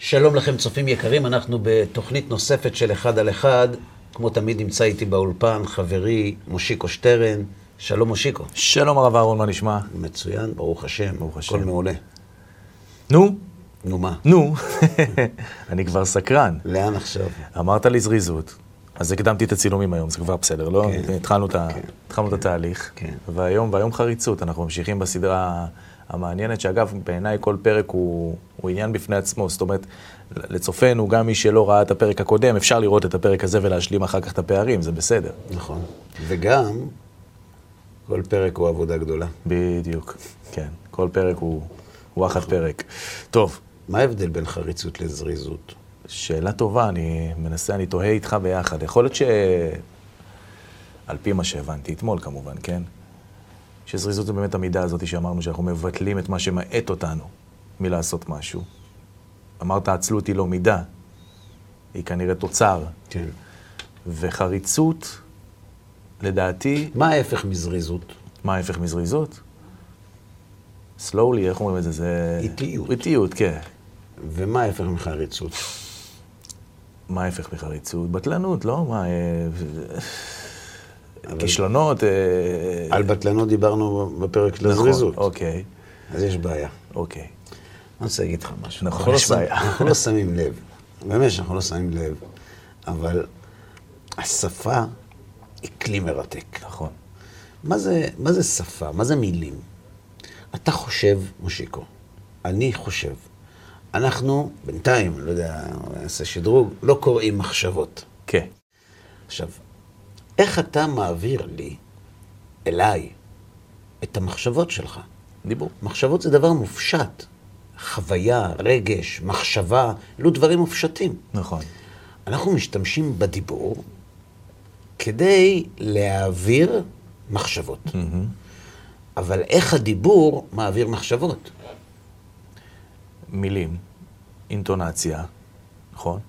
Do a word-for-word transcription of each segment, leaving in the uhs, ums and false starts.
שלום לכם צופים יקרים, אנחנו בתוכנית נוספת של אחד על אחד. כמו תמיד נמצא איתי באולפן חברי מושיקו שטרן. שלום מושיקו. שלום הרב אהרון, מה נשמע? מצוין, ברוך השם, ברוך השם. הכל מעולה. נו? נו מה? נו. אני כבר סקרן. לאן עכשיו? אמרת לי זריזות, אז הקדמתי את הצילומים היום, זה כבר בסדר, לא? כן. התחלנו את ה- כן. התחלנו את התהליך. כן. והיום, והיום חריצות, אנחנו ממשיכים בסדרה המעניינת, שאגב, בעיניי כל פרק הוא, הוא עניין בפני עצמו, זאת אומרת, לצופנו, גם מי שלא ראה את הפרק הקודם, אפשר לראות את הפרק הזה ולהשלים אחר כך את הפערים, זה בסדר. נכון. וגם, כל פרק הוא עבודה גדולה. בדיוק, כן. כל פרק הוא, הוא אחת פרק. טוב, מה ההבדל בין חריצות לזריזות? שאלה טובה, אני מנסה, אני תוהה איתך ביחד. יכול להיות ש... על פי מה שהבנתי אתמול כמובן, כן? שזריזות זה באמת המידה הזאת שאמרנו שאנחנו מבטלים את מה שמעט אותנו מלעשות משהו. אמרת, העצלות היא לא מידה, היא כנראה תוצר. כן. וחריצות, לדעתי, מה ההפך מזריזות? מה ההפך מזריזות? slowly, איך אומרים את זה? זה... איטיות. איטיות, כן. ומה ההפך מחריצות? מה ההפך מחריצות? בטלנות, לא? מה... אה, אבל- כישלונות... אה, על בטלנות דיברנו בפרק של הזריזות. נכון, אוקיי, אז יש בעיה. אוקיי. אני רוצה להגיד לך משהו. נכון, אנחנו לא יש שם- בעיה. אנחנו לא שמים לב. באמת שאנחנו לא שמים לב. אבל השפה היא כלי מרתק. נכון. מה זה, מה זה שפה? מה זה מילים? אתה חושב, מושיקו. אני חושב. אנחנו, בינתיים, אני לא יודע, נעשה שדרוג, לא קוראים מחשבות. כן. עכשיו, איך אתה מעביר לי, אליי, את המחשבות שלך? דיבור. מחשבות זה דבר מופשט. חוויה, רגש, מחשבה, אלו דברים מופשטים. נכון. אנחנו משתמשים בדיבור כדי להעביר מחשבות. אבל איך הדיבור מעביר מחשבות? מילים, אינטונציה, נכון?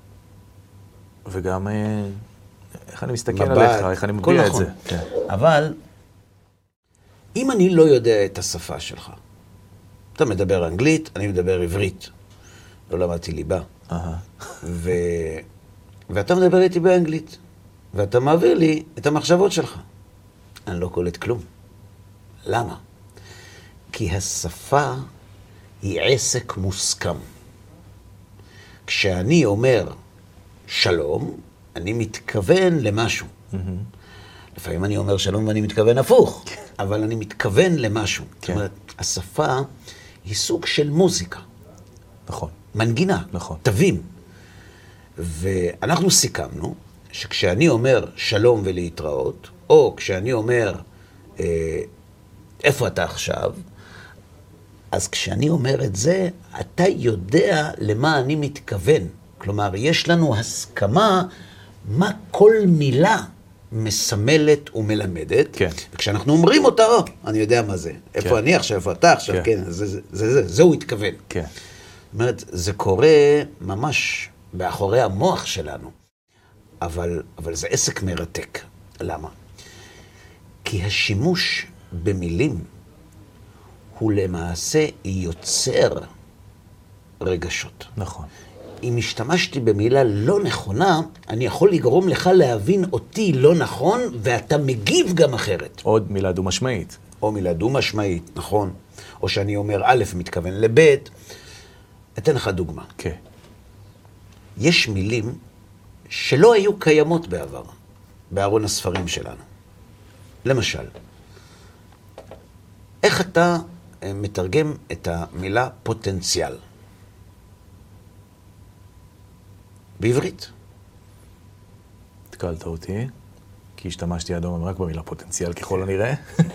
וגם, אה, איך אני מסתכל מבט, עליך, איך אני הכל מביע את נכון. זה. כן. אבל אם אני לא יודע את השפה שלך, אתה מדבר אנגלית, אני מדבר עברית. לא למדתי ליבה. אהה. ו... ואתה מדבר איתי באנגלית, ואתה מעביר לי את המחשבות שלך. אני לא קולט כלום. למה? כי השפה היא עסק מוסכם. כשאני אומר שלום, אני מתכוון למשהו. לפעמים אני אומר שלום ואני מתכוון הפוך, אבל אני מתכוון למשהו. זאת אומרת, השפה היא סוג של מוזיקה. נכון. מנגינה, נכון. תווים. ואנחנו סיכמנו שכשאני אומר שלום ולהתראות, או כשאני אומר אה, איפה אתה עכשיו, אז כשאני אומר את זה, אתה יודע למה אני מתכוון. כלומר, יש לנו הסכמה מה כל מילה מסמלת ומלמדת. כן. וכשאנחנו אומרים אותה, או, אני יודע מה זה. איפה כן. אני עכשיו, איפה אתה עכשיו, כן. כן, זה, זה, זה, זה, זה הוא התכוון. כן. זאת אומרת, זה קורה ממש באחורי המוח שלנו, אבל, אבל זה עסק מרתק. למה? כי השימוש במילים הוא למעשה יוצר רגשות. נכון. אם השתמשתי במילה לא נכונה, אני יכול לגרום לך להבין אותי לא נכון, ואתה מגיב גם אחרת. עוד מילה דו-משמעית. או מילה דו-משמעית, נכון? או שאני אומר א' מתכוון לב'. אתן לך דוגמה. כן. יש מילים שלא היו קיימות בעבר, בארון הספרים שלנו. למשל, איך אתה אה, מתרגם את המילה פוטנציאל? בעברית. התקלת אותי, כי השתמשתי עד היום רק במילה פוטנציאל ככל הנראה.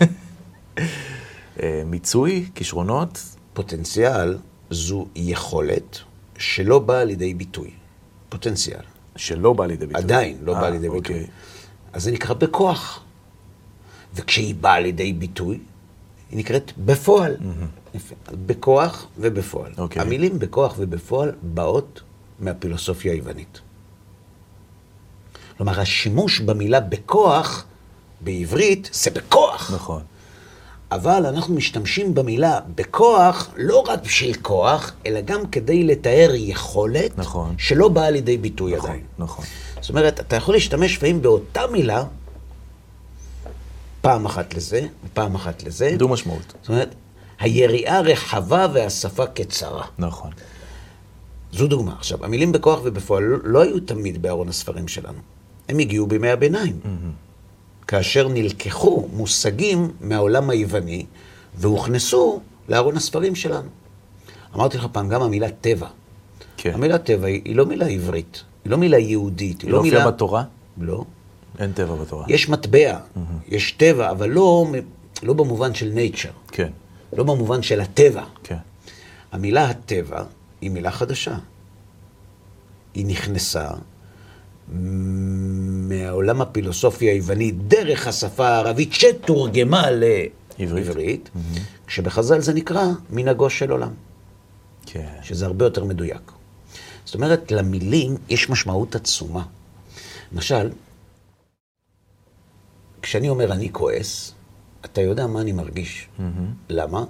אה, מיצוי, כישרונות, פוטנציאל זו יכולת שלא באה לידי ביטוי. פוטנציאל. שלא בא לידי ביטוי. עדיין לא אה, באה לידי ביטוי. אוקיי. אז זה נקרא בכוח. וכשהיא באה לידי ביטוי, היא נקראת בפועל. יפה. בכוח ובפועל. אוקיי. המילים בכוח ובפועל באות מהפילוסופיה היוונית. כלומר, השימוש במילה בכוח בעברית זה בכוח. נכון. אבל אנחנו משתמשים במילה בכוח, לא רק בשביל כוח, אלא גם כדי לתאר יכולת נכון. שלא באה לידי ביטוי נכון, עדיין. נכון. זאת אומרת, אתה יכול להשתמש לפעמים באותה מילה, פעם אחת לזה, ופעם אחת לזה. דו משמעות. זאת אומרת, היריעה רחבה והשפה קצרה. נכון. זו דוגמה. עכשיו, המילים בכוח ובפועל לא, לא היו תמיד בארון הספרים שלנו. הם הגיעו בימי הביניים. Mm-hmm. כאשר נלקחו מושגים מהעולם היווני, והוכנסו לארון הספרים שלנו. אמרתי לך פעם, גם המילה טבע. כן. המילה טבע היא, היא לא מילה עברית, היא לא מילה יהודית. היא לא הופיעה בתורה? לא. אין טבע בתורה. יש מטבע, mm-hmm. יש טבע, אבל לא, לא במובן של nature. כן. לא במובן של הטבע. כן. המילה הטבע היא מילה חדשה. היא נכנסה מהעולם הפילוסופי היווני דרך השפה הערבית שתורגמה לעברית, mm-hmm. כשבחז"ל זה נקרא מנהגו של עולם. כן. שזה הרבה יותר מדויק. זאת אומרת, למילים יש משמעות עצומה. למשל, כשאני אומר אני כועס, אתה יודע מה אני מרגיש. Mm-hmm. למה?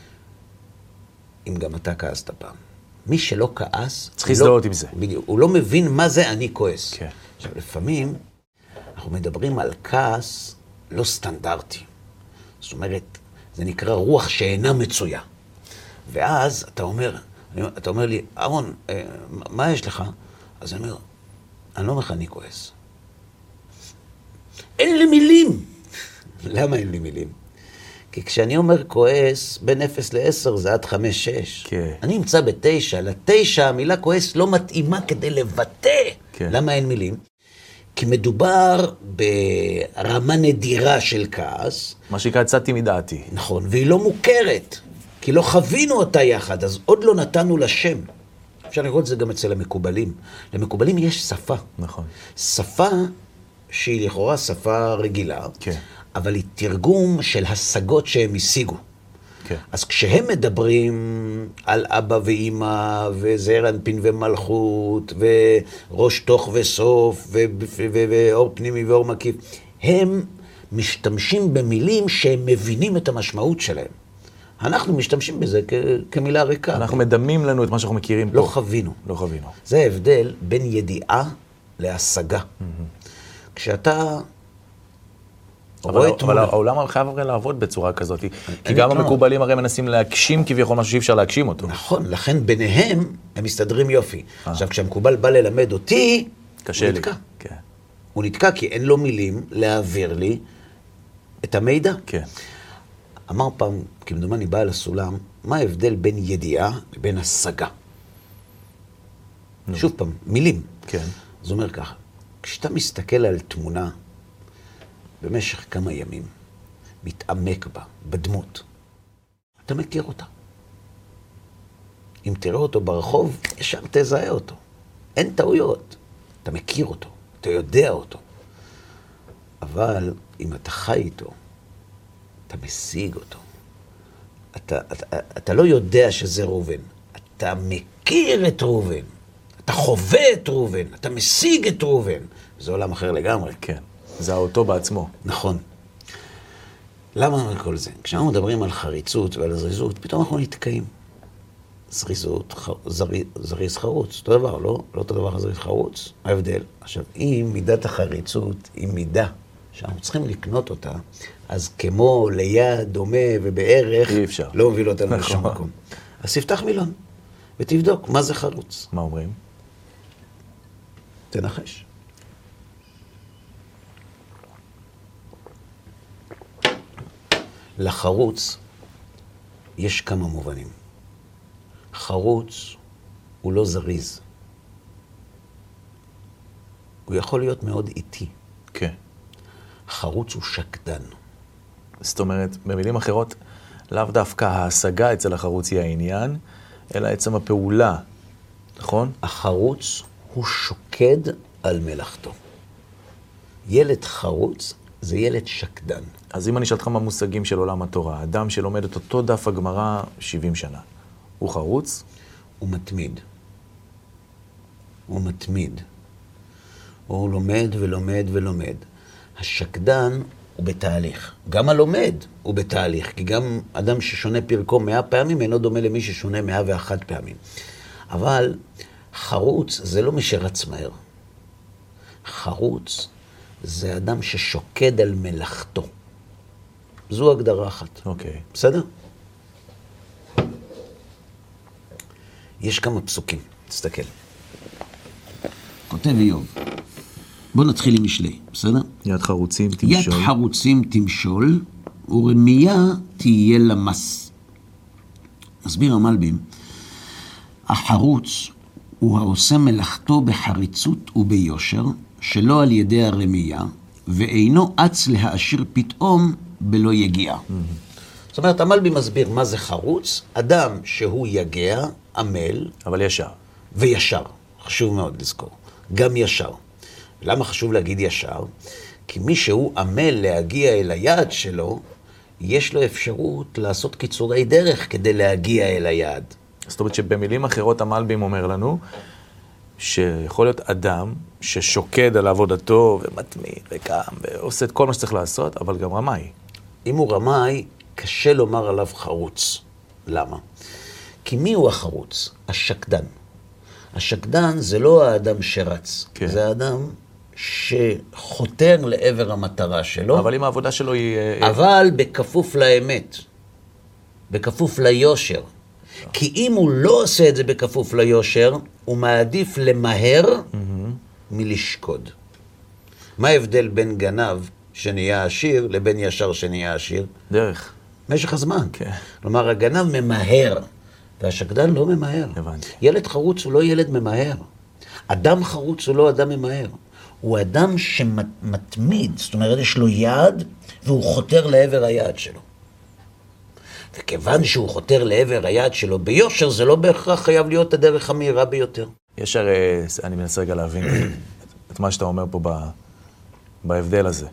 אם גם אתה כעסת פעם. מי שלא כעס... צריך להזדהות עם זה. בדיוק. הוא לא מבין מה זה אני כועס. כן. עכשיו, לפעמים אנחנו מדברים על כעס לא סטנדרטי. זאת אומרת, זה נקרא רוח שאינה מצויה. ואז אתה אומר, אתה אומר לי, אהרון, מה יש לך? אז אני אומר, אני לא אומר לך, אני כועס. אין לי מילים. למה אין לי מילים? כי כשאני אומר כועס, בין אפס לעשר זה עד חמש, שש. כן. אני נמצא בתשע. לתשע המילה כועס לא מתאימה כדי לבטא. כן. למה אין מילים? כי מדובר ברמה נדירה של כעס. מה שנקרא, יצאתי מדעתי. נכון, והיא לא מוכרת. כי לא חווינו אותה יחד, אז עוד לא נתנו לה שם. אפשר לראות את זה גם אצל המקובלים. למקובלים יש שפה. נכון. שפה שהיא לכאורה שפה רגילה, כן. אבל היא תרגום של השגות שהם השיגו. כן. אז כשהם מדברים על אבא ואמא, וזעיר אנפין ומלכות, וראש תוך וסוף, ו- ו- ו- ואור פנימי ואור מקיף, הם משתמשים במילים שהם מבינים את המשמעות שלהם. אנחנו משתמשים בזה כ- כמילה ריקה. אנחנו מדמים לנו את מה שאנחנו מכירים פה. לא חווינו. לא חווינו. זה ההבדל בין ידיעה להשגה. כשאתה רואה אבל, תמונה... אבל העולם חייב הרי לעבוד בצורה כזאת, כי גם המקובלים הרי מנסים להגשים כביכול משהו שאי אפשר להגשים אותו. נכון, לכן ביניהם הם מסתדרים יופי. עכשיו, כשהמקובל בא ללמד אותי, קשה הוא לי. נתקע. כן. הוא נתקע כי אין לו מילים להעביר לי את המידע. כן. אמר פעם, כמדומני בעל הסולם, מה ההבדל בין ידיעה לבין השגה? שוב פעם, מילים. כן. זה אומר ככה, כשאתה מסתכל על תמונה במשך כמה ימים, מתעמק בה, בדמות, אתה מכיר אותה. אם תראה אותו ברחוב, ישר תזהה אותו. אין טעויות. אתה מכיר אותו, אתה יודע אותו. אבל אם אתה חי איתו, אתה משיג אותו. אתה, אתה, אתה לא יודע שזה ראובן. אתה מכיר את ראובן. אתה חווה את ראובן. אתה משיג את ראובן. זה עולם אחר לגמרי. כן. זה האותו בעצמו. נכון. למה על כל זה? כשאנחנו מדברים על חריצות ועל זריזות, פתאום אנחנו נתקעים. זריזות, ח... זרי... זריז חרוץ. אותו דבר, לא? לא אותו דבר זריז חרוץ. ההבדל. עכשיו, אם מידת החריצות היא מידה שאנחנו צריכים לקנות אותה, אז כמו ליד, דומה ובערך, אי אפשר. לא מוביל אותנו לשום מקום. אז תפתח מילון ותבדוק מה זה חרוץ. מה אומרים? תנחש. לחרוץ יש כמה מובנים. חרוץ הוא לא זריז. הוא יכול להיות מאוד איטי. כן. חרוץ הוא שקדן. זאת אומרת, במילים אחרות, לאו דווקא ההשגה אצל החרוץ היא העניין, אלא עצם הפעולה, נכון? החרוץ הוא שוקד על מלאכתו. ילד חרוץ זה ילד שקדן. אז אם אני אשאל אותך מהמושגים של עולם התורה, אדם שלומד את אותו דף הגמרא שבעים שנה, הוא חרוץ? הוא מתמיד. הוא מתמיד. הוא לומד ולומד ולומד. השקדן הוא בתהליך. גם הלומד הוא בתהליך, כי גם אדם ששונה פרקו מאה פעמים אינו דומה למי ששונה מאה ואחת פעמים. אבל חרוץ זה לא מי שרץ מהר. חרוץ זה אדם ששוקד על מלאכתו. זו הגדרה אחת. אוקיי. בסדר? יש כמה פסוקים, תסתכל. כותב איוב. בוא נתחיל עם משלי, בסדר? יד חרוצים תמשול. יד חרוצים תמשול, ורמיה תהיה למס. מסביר המלבים, החרוץ הוא העושה מלאכתו בחריצות וביושר, שלא על ידי הרמיה, ואינו אץ להאשיר פתאום בלא יגיע. זאת אומרת, המלבי מסביר מה זה חרוץ, אדם שהוא יגע, עמל. אבל ישר. וישר, חשוב מאוד לזכור, גם ישר. למה חשוב להגיד ישר? כי מי שהוא עמל להגיע אל היעד שלו, יש לו אפשרות לעשות קיצורי דרך כדי להגיע אל היעד. זאת אומרת שבמילים אחרות המלבים אומר לנו, שיכול להיות אדם ששוקד על עבודתו ומתמיד וקם ועושה את כל מה שצריך לעשות, אבל גם רמאי. אם הוא רמאי, קשה לומר עליו חרוץ. למה? כי מי הוא החרוץ? השקדן. השקדן זה לא האדם שרץ, כן. זה האדם שחותר לעבר המטרה שלו. אבל אם העבודה שלו היא... אבל בכפוף לאמת, בכפוף ליושר. כי אם הוא לא עושה את זה בכפוף ליושר, הוא מעדיף למהר מלשקוד. מה ההבדל בין גנב שנהיה עשיר לבין ישר שנהיה עשיר? דרך. משך הזמן. כן. כלומר, הגנב ממהר, והשקדן לא ממהר. הבנתי. ילד חרוץ הוא לא ילד ממהר. אדם חרוץ הוא לא אדם ממהר. הוא אדם שמתמיד, זאת אומרת, יש לו יעד, והוא חותר לעבר היעד שלו. וכיוון שהוא חותר לעבר היעד שלו ביושר, זה לא בהכרח חייב להיות הדרך המהירה ביותר. יש הרי, אני מנסה רגע להבין את מה שאתה אומר פה בהבדל הזה.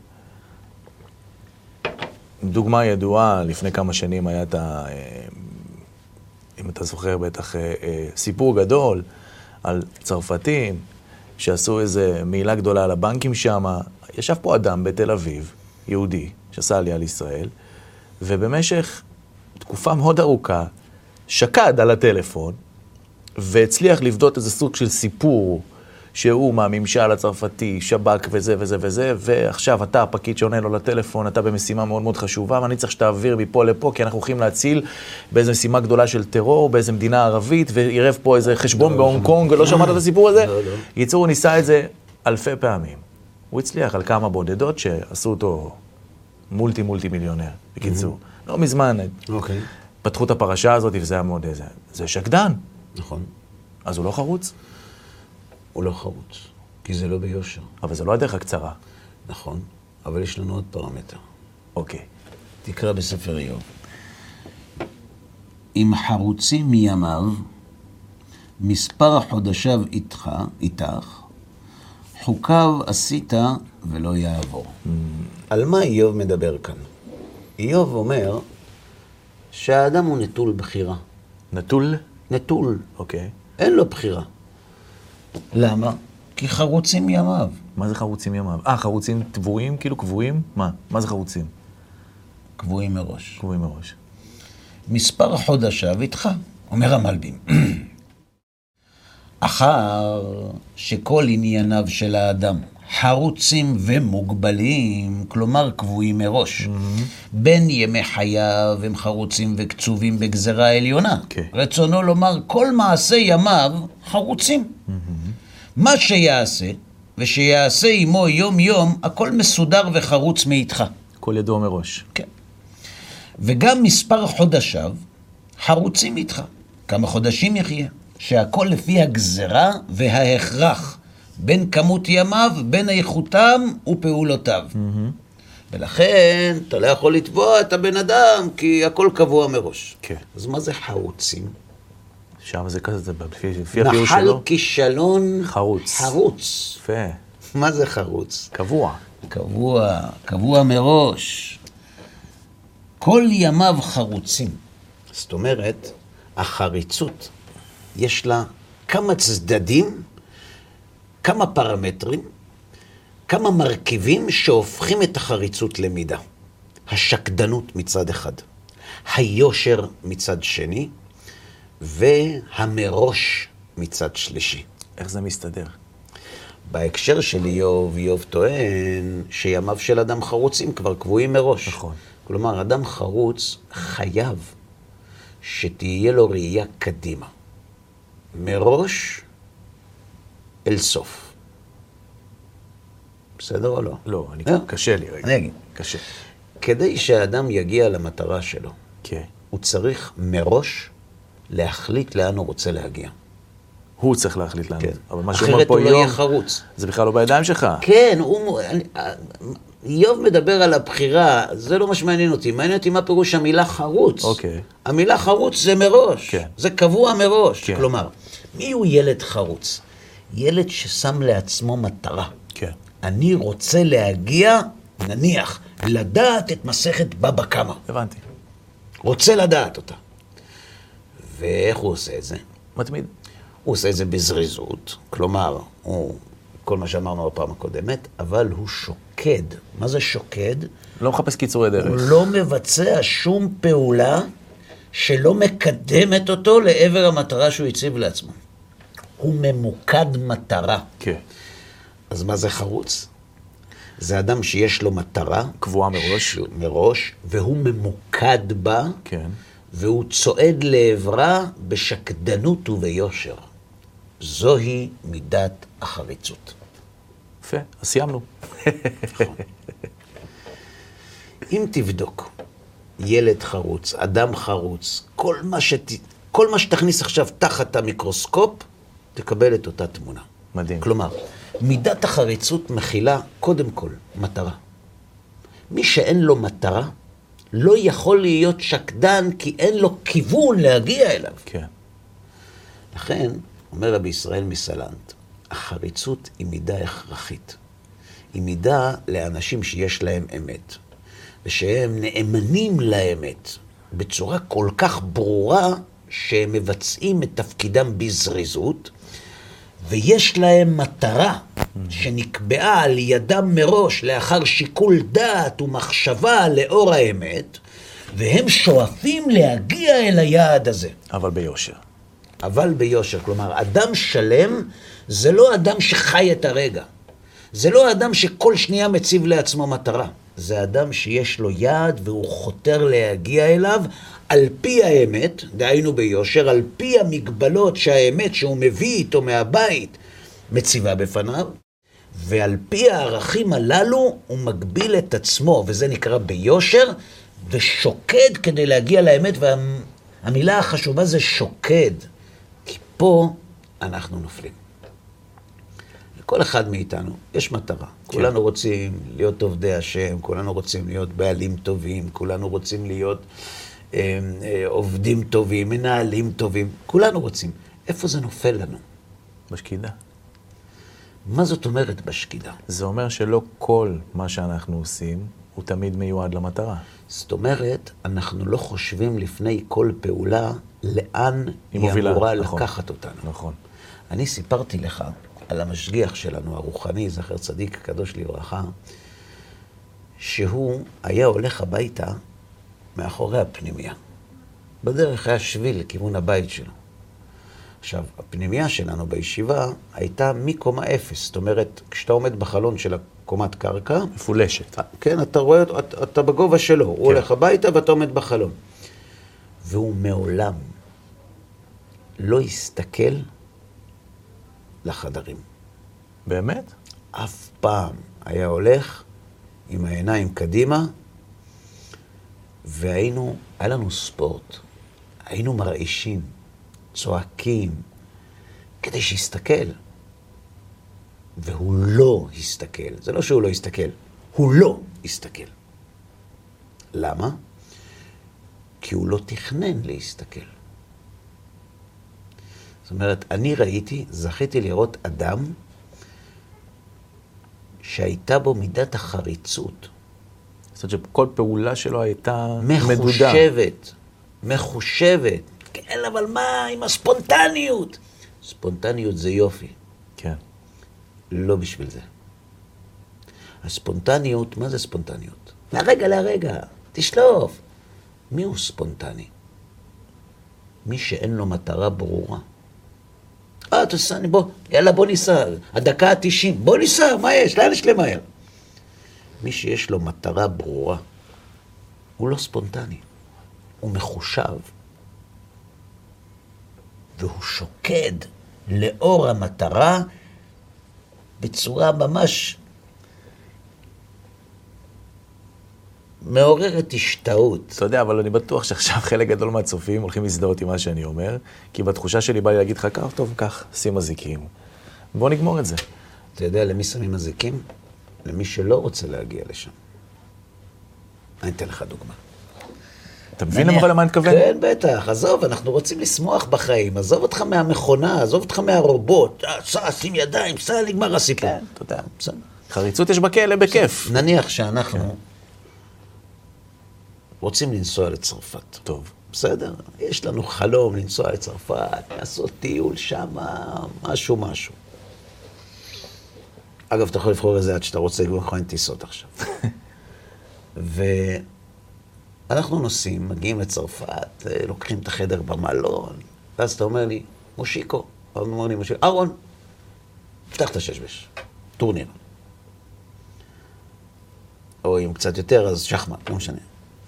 דוגמה ידועה, לפני כמה שנים היה את ה... אם אתה זוכר בטח, סיפור גדול על צרפתים שעשו איזה מעילה גדולה על הבנקים שם. ישב פה אדם בתל אביב, יהודי, שעשה עלייה לישראל, ובמשך תקופה מאוד ארוכה שקד על הטלפון והצליח לבדות איזה סוג של סיפור שהוא מהממשל הצרפתי, שבק וזה וזה וזה, ועכשיו אתה הפקיד שעונה לו לטלפון, אתה במשימה מאוד מאוד חשובה, ואני צריך שתעביר מפה לפה, כי אנחנו הולכים להציל באיזו משימה גדולה של טרור, באיזו מדינה ערבית, וירב פה איזה חשבון בהונג קונג, ולא שמעת את הסיפור הזה? ייצור, הוא ניסה את זה אלפי פעמים. הוא הצליח על כמה בודדות שעשו אותו מולטי מולטי מיליונר, בקיצור. לא מזמן, פתחו את הפרשה הזאת, וזה היה מאוד איזה, זה שקדן. נכון. אז הוא לא חרוץ? הוא לא חרוץ, כי זה לא ביושר. אבל זה לא הדרך הקצרה. נכון, אבל יש לנו עוד פרמטר. אוקיי. תקרא בספר איוב. אם חרוצים מימיו, מספר חודשיו איתך, איתך, חוקיו עשית ולא יעבור. Mm. על מה איוב מדבר כאן? איוב אומר שהאדם הוא נטול בחירה. נטול? נטול. אוקיי. אין לו בחירה. למה? כי חרוצים ימיו. מה זה חרוצים ימיו? אה, חרוצים טבועים, כאילו קבועים? מה? מה זה חרוצים? קבועים מראש. קבועים מראש. מספר חודשיו איתך, אומר המלבים. אחר שכל ענייניו של האדם חרוצים ומוגבלים, כלומר קבועים מראש. Mm-hmm. בין ימי חייו הם חרוצים וקצובים בגזרה העליונה. Okay. רצונו לומר, כל מעשה ימיו חרוצים. Mm-hmm. מה שיעשה, ושיעשה עמו יום יום, הכל מסודר וחרוץ מאיתך. הכל ידוע מראש. כן. וגם מספר חודשיו חרוצים איתך. כמה חודשים יחיה. שהכל לפי הגזרה וההכרח. בין כמות ימיו, בין איכותם ופעולותיו. Mm-hmm. ולכן אתה לא יכול לתבוע את הבן אדם, כי הכל קבוע מראש. כן. אז מה זה חרוצים? שם זה כזה, זה לפי הפיור שלו. נחל כישלון חרוץ. חרוץ. יפה. מה זה חרוץ? קבוע. קבוע, קבוע מראש. כל ימיו חרוצים. זאת אומרת, החריצות, יש לה כמה צדדים, כמה פרמטרים, כמה מרכיבים שהופכים את החריצות למידה. השקדנות מצד אחד, היושר מצד שני, והמראש מצד שלישי. איך זה מסתדר? בהקשר של איוב, איוב טוען שימיו של אדם חרוצים כבר קבועים מראש. נכון. כלומר, אדם חרוץ חייב שתהיה לו ראייה קדימה. מראש אל סוף. בסדר או לא? לא, אני אה? קשה לי רגע. אני אגיד. קשה. כדי שהאדם יגיע למטרה שלו, כן. הוא צריך מראש להחליט לאן הוא רוצה להגיע. הוא צריך להחליט לנו. כן. אבל מה שאומר אחרת פה הוא לא איוב, יהיה חרוץ. זה בכלל לא בידיים שלך. כן, הוא... אני- איוב מדבר על הבחירה, זה לא מה שמעניין אותי. מעניין אותי מה פירוש המילה חרוץ. אוקיי. המילה חרוץ זה מראש. כן. זה קבוע מראש. כן. כלומר, מי הוא ילד חרוץ? ילד ששם לעצמו מטרה. כן. אני רוצה להגיע, נניח, לדעת את מסכת בבא קמא. הבנתי. רוצה לדעת אותה. ואיך הוא עושה את זה? מתמיד. הוא עושה את זה בזריזות, כלומר, הוא, כל מה שאמרנו בפעם הקודמת, אבל הוא שוקד. מה זה שוקד? לא מחפש קיצורי הוא דרך. לא מבצע שום פעולה שלא מקדמת אותו לעבר המטרה שהוא הציב לעצמו. הוא ממוקד מטרה. כן. אז מה זה חרוץ? זה אדם שיש לו מטרה. קבועה מראש. שהוא- מראש, והוא ממוקד בה. כן. והוא צועד לעברה בשקדנות וביושר. זוהי מידת החריצות. יפה, אז סיימנו. אם תבדוק ילד חרוץ, אדם חרוץ, כל מה, שת... כל מה שתכניס עכשיו תחת המיקרוסקופ, תקבל את אותה תמונה. מדהים. כלומר, מידת החריצות מכילה קודם כל מטרה. מי שאין לו מטרה, לא יכול להיות שקדן, כי אין לו כיוון להגיע אליו. כן. לכן, אומר רבי ישראל מסלנט, החריצות היא מידה הכרחית. היא מידה לאנשים שיש להם אמת, ושהם נאמנים לאמת, בצורה כל כך ברורה, שהם מבצעים את תפקידם בזריזות, ויש להם מטרה שנקבעה על ידם מראש לאחר שיקול דעת ומחשבה לאור האמת, והם שואפים להגיע אל היעד הזה. אבל ביושר. אבל ביושר, כלומר, אדם שלם זה לא אדם שחי את הרגע. זה לא אדם שכל שנייה מציב לעצמו מטרה. זה אדם שיש לו יעד והוא חותר להגיע אליו על פי האמת, דהיינו ביושר, על פי המגבלות שהאמת שהוא מביא איתו מהבית מציבה בפניו, ועל פי הערכים הללו הוא מגביל את עצמו, וזה נקרא ביושר, ושוקד כדי להגיע לאמת, והמילה החשובה זה שוקד, כי פה אנחנו נופלים. לכל אחד מאיתנו יש מטרה. כן. כולנו רוצים להיות עובדי השם, כולנו רוצים להיות בעלים טובים, כולנו רוצים להיות אה, אה, עובדים טובים, מנהלים טובים, כולנו רוצים. איפה זה נופל לנו? בשקידה. מה זאת אומרת בשקידה? זה אומר שלא כל מה שאנחנו עושים הוא תמיד מיועד למטרה. זאת אומרת, אנחנו לא חושבים לפני כל פעולה לאן היא, היא מובילה, אמורה נכון. לקחת אותנו. נכון. אני סיפרתי לך על המשגיח שלנו, הרוחני, זכר צדיק, קדוש לברכה, שהוא היה הולך הביתה מאחורי הפנימיה. בדרך היה שביל לכיוון הבית שלו. עכשיו, הפנימיה שלנו בישיבה הייתה מקומה אפס. זאת אומרת, כשאתה עומד בחלון של הקומת קרקע, מפולשת. כן, אתה רואה, אתה, אתה בגובה שלו. הוא הולך הביתה ואתה עומד בחלון. והוא מעולם לא הסתכל לחדרים. באמת? אף פעם היה הולך עם העיניים קדימה, והיינו, היה לנו ספורט. היינו מרעישים, צועקים, כדי שיסתכל. והוא לא הסתכל. זה לא שהוא לא הסתכל, הוא לא הסתכל. למה? כי הוא לא תכנן להסתכל. זאת אומרת, אני ראיתי, זכיתי לראות אדם שהייתה בו מידת החריצות. זאת אומרת שכל פעולה שלו הייתה מדודה. מחושבת, מחושבת. כן, אבל מה עם הספונטניות, מה זה ספונטניות? מהרגע להרגע, תשלוף. מי הוא ספונטני? מי שאין לו מטרה ברורה. אה, תסעני, בוא, יאללה, בוא ניסע. הדקה ה-תשעים, בוא ניסע, מה יש? לאן יש למהר? מי שיש לו מטרה ברורה, הוא לא ספונטני. הוא מחושב. והוא שוקד לאור המטרה בצורה ממש מעוררת השתאות. אתה יודע, אבל אני בטוח שעכשיו חלק גדול מהצופים הולכים להזדהות עם מה שאני אומר, כי בתחושה שלי בא לי להגיד לך, כך טוב, כך, שים מזיקים. בוא נגמור את זה. אתה יודע למי שמים מזיקים? למי שלא רוצה להגיע לשם. אני אתן לך דוגמה. אתה מבין למה למה אני מתכוון? כן, בטח. עזוב, אנחנו רוצים לשמוח בחיים. עזוב אותך מהמכונה, עזוב אותך מהרובוט. סע, שים ידיים, סע, נגמר הסיפור. כן, אתה יודע. חריצות יש בכלא בכיף. נניח שאנחנו רוצים לנסוע לצרפת. טוב. בסדר? יש לנו חלום לנסוע לצרפת, לעשות טיול שם, משהו, משהו. אגב, אתה יכול לבחור איזה עד שאתה רוצה, כבר יכולים טיסות עכשיו. ואנחנו נוסעים, מגיעים לצרפת, לוקחים את החדר במלון, ואז אתה אומר לי, מושיקו, אז אומר לי, מושיקו, אהרון, פתח את הששבש, טורניר. או אם קצת יותר, אז שחמט, לא משנה.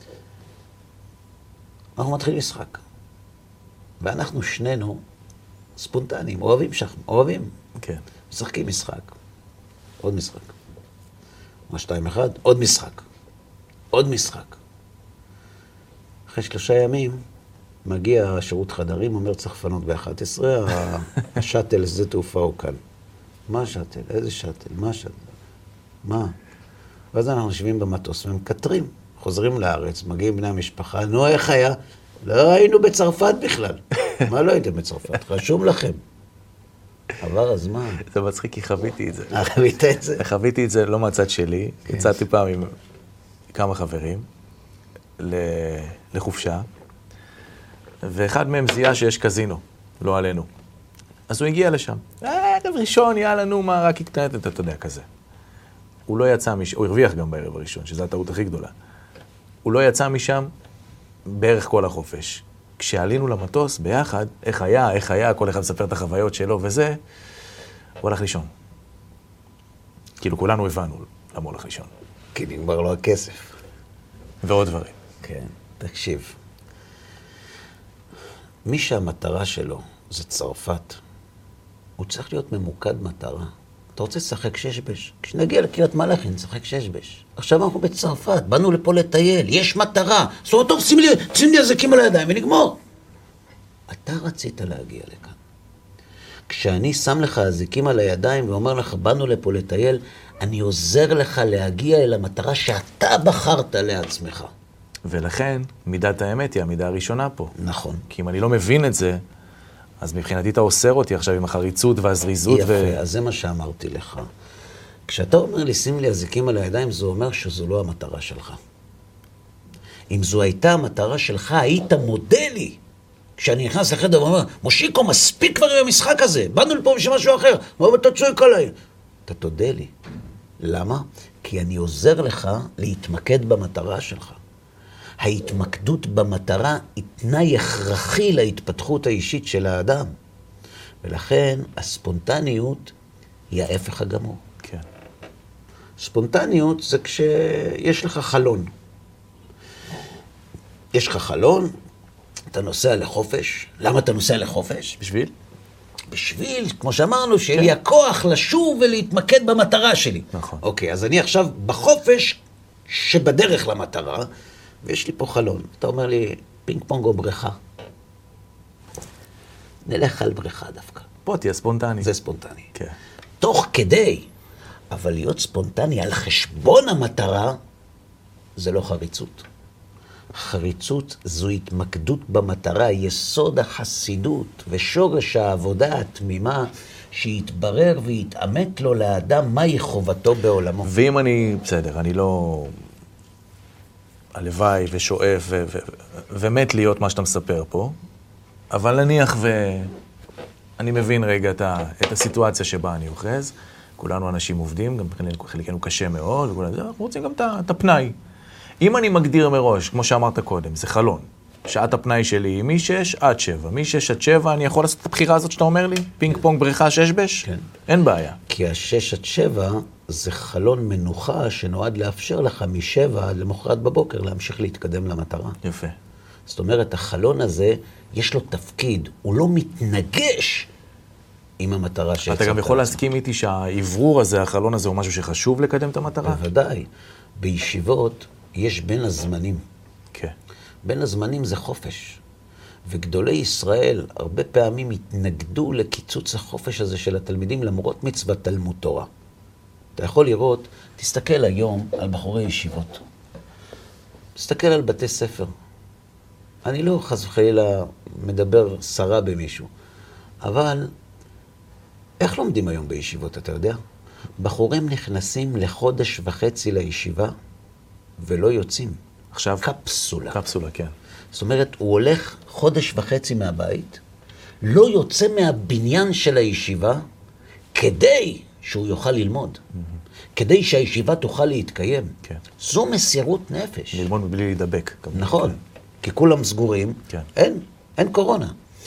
אנחנו מתחילים משחק. ואנחנו שנינו ספונטניים, אוהבים שחמט, אוהבים. כן. משחקים משחק. עוד משחק. מה שתיים אחד? עוד משחק. עוד משחק. אחרי שלושה ימים, מגיע שירות חדרים, אומר צריך לפנות ב-אחת עשרה, השאטל, שדה תעופה הוא כאן. מה השאטל? איזה שאטל? מה השאטל? מה? ואז אנחנו יושבים במטוס ומקטרים. חוזרים לארץ, מגיעים בני המשפחה, נו, איך היה? לא היינו בצרפת בכלל. מה לא הייתם בצרפת? רשום לכם. עבר הזמן. זה מצחיק כי חוויתי את זה. חווית את זה? חוויתי את זה לא מהצד שלי. יצאתי פעם עם כמה חברים לחופשה, ואחד מהם זיהה שיש קזינו, לא עלינו. אז הוא הגיע לשם. ערב ראשון, יאללה, נו, מה, רק התקננת, אתה יודע, כזה. הוא לא יצא משם, הוא הרוויח גם בערב הראשון, שזו הטעות הכי גדולה. הוא לא יצא משם בערך כל החופש. כשעלינו למטוס ביחד, איך היה, איך היה, כל אחד מספר את החוויות שלו וזה, הוא הלך לישון. כאילו כולנו הבנו למה הוא הלך לישון. כי נגמר לו הכסף. ועוד דברים. כן, תקשיב. מי שהמטרה שלו זה צרפת, הוא צריך להיות ממוקד מטרה. אתה רוצה לשחק ששבש? כשנגיע לקריית מלאכי, נשחק ששבש. עכשיו אנחנו בצרפת, באנו לפה לטייל, יש מטרה. זאת אומרת, טוב, שים לי, שים לי הזקים על הידיים ונגמור. אתה רצית להגיע לכאן. כשאני שם לך הזיקים על הידיים ואומר לך, באנו לפה לטייל, אני עוזר לך להגיע אל המטרה שאתה בחרת לעצמך. ולכן, מידת האמת היא המידה הראשונה פה. נכון. כי אם אני לא מבין את זה, אז מבחינתי אתה אוסר אותי עכשיו עם החריצות והזריזות. יפה, ו... אז זה מה שאמרתי לך. כשאתה אומר לי, שים לי הזיקים על הידיים, זה אומר שזו לא המטרה שלך. אם זו הייתה המטרה שלך, היית מודה לי. כשאני נכנס לחדר ואומר, מושיקו, מספיק כבר עם המשחק הזה, באנו לפה בשביל משהו אחר, אבל אתה צועק עליי. אתה תודה לי. למה? כי אני עוזר לך להתמקד במטרה שלך. ההתמקדות במטרה היא תנאי הכרחי להתפתחות האישית של האדם. ולכן הספונטניות היא ההפך הגמור. כן. ספונטניות זה כשיש לך חלון. יש לך חלון, אתה נוסע לחופש. למה אתה נוסע לחופש? בשביל? בשביל, כמו שאמרנו, שיהיה לי הכוח לשוב ולהתמקד במטרה שלי. נכון. אוקיי, אז אני עכשיו בחופש שבדרך למטרה, ויש לי פה חלון. אתה אומר לי, פינג פונג או בריכה? נלך על בריכה דווקא. פה תהיה ספונטני. זה ספונטני. כן. תוך כדי, אבל להיות ספונטני על חשבון המטרה, זה לא חריצות. חריצות זו התמקדות במטרה, יסוד החסידות ושורש העבודה התמימה, שיתברר ויתאמת לו לאדם מהי חובתו בעולמו. ואם אני, בסדר, אני לא הלוואי ושואף ו- ו- ומת להיות מה שאתה מספר פה, אבל נניח ואני מבין רגע את, ה- את הסיטואציה שבה אני אוחז, כולנו אנשים עובדים, גם חלקנו קשה מאוד, וכולנו, אנחנו רוצים גם את הפנאי. אם אני מגדיר מראש, כמו שאמרת קודם, זה חלון. שעת הפנאי שלי היא מ-שש עד שבע. מ-שש עד שבע אני יכול לעשות את הבחירה הזאת שאתה אומר לי? פינג פונג, בריכה, שש-בש? כן. אין בעיה. כי ה-שש עד שבע זה חלון מנוחה שנועד לאפשר לך מ-שבע עד למחרת בבוקר להמשיך להתקדם למטרה. יפה. זאת אומרת, החלון הזה, יש לו תפקיד, הוא לא מתנגש עם המטרה שהצבת. אתה גם יכול להסכים איתי שהעברור הזה, החלון הזה, הוא משהו שחשוב לקדם את המטרה? בוודאי. בישיבות יש בין הזמנים. כן. בין הזמנים זה חופש. וגדולי ישראל הרבה פעמים התנגדו לקיצוץ החופש הזה של התלמידים למרות מצוות תלמוד תורה. אתה יכול לראות, תסתכל היום על בחורי ישיבות. תסתכל על בתי ספר. אני לא חס וחלילה מדבר שרה במישהו, אבל איך לומדים היום בישיבות, אתה יודע? בחורים נכנסים לחודש וחצי לישיבה ולא יוצאים. עכשיו? קפסולה. קפסולה, כן. זאת אומרת, הוא הולך חודש וחצי מהבית, לא יוצא מהבניין של הישיבה, כדי שהוא יוכל ללמוד. Mm-hmm. כדי שהישיבה תוכל להתקיים. כן. זו מסירות נפש. ללמוד מבלי להידבק. כמובן. נכון. כן. כי כולם סגורים. כן. אין, אין קורונה.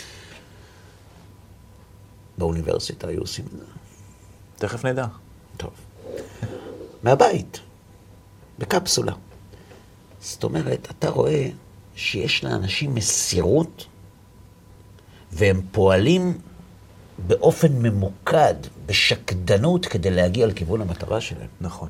באוניברסיטה היו עושים את זה. תכף נדע. טוב. מהבית. בקפסולה. זאת אומרת, אתה רואה שיש לאנשים מסירות, והם פועלים באופן ממוקד, בשקדנות, כדי להגיע לכיוון המטרה שלהם. נכון.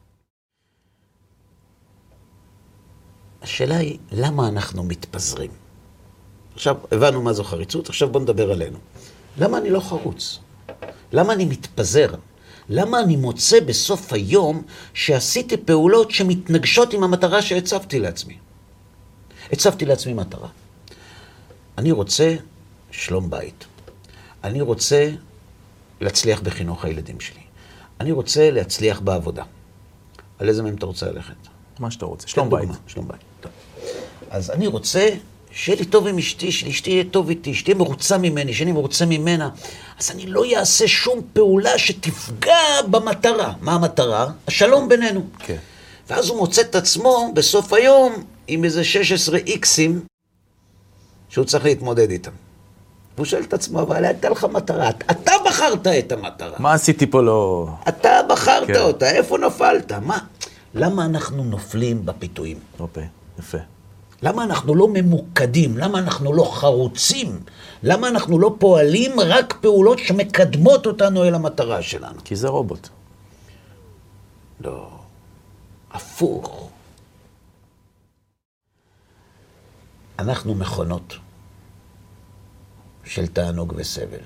השאלה היא, למה אנחנו מתפזרים? עכשיו, הבנו מה זו חריצות, עכשיו בוא נדבר עלינו. למה אני לא חרוץ? למה אני מתפזר? למה אני מוצא בסוף היום שעשיתי פעולות שמתנגשות עם המטרה שהצבתי לעצמי? הצבתי לעצמי מטרה. אני רוצה שלום בית. אני רוצה להצליח בחינוך הילדים שלי. אני רוצה להצליח בעבודה. על איזה מהם אתה רוצה ללכת? מה שאתה רוצה. שלום בית. שלום בית. טוב. אז אני רוצה שיהיה לי טוב עם אשתי, שאשתי יהיה טוב איתי, שתהיה מרוצה ממני, שאני מרוצה ממנה. אז אני לא אעשה שום פעולה שתפגע במטרה. מה המטרה? השלום בינינו. כן. ואז הוא מוצא את עצמו בסוף היום עם איזה שש עשרה איקסים שהוא צריך להתמודד איתם. והוא שואל את עצמו, אבל הייתה לך מטרה. אתה בחרת את המטרה. מה עשיתי פה לא... אתה בחרת כן. אותה, איפה נפלת? מה? למה אנחנו נופלים בפיתויים? אופה, יפה. למה אנחנו לא ממוקדים? למה אנחנו לא חרוצים? למה אנחנו לא פועלים רק פעולות שמקדמות אותנו אל המטרה שלנו? כי זה רובוט. לא, הפוך. אנחנו מכונות של תענוג וסבל.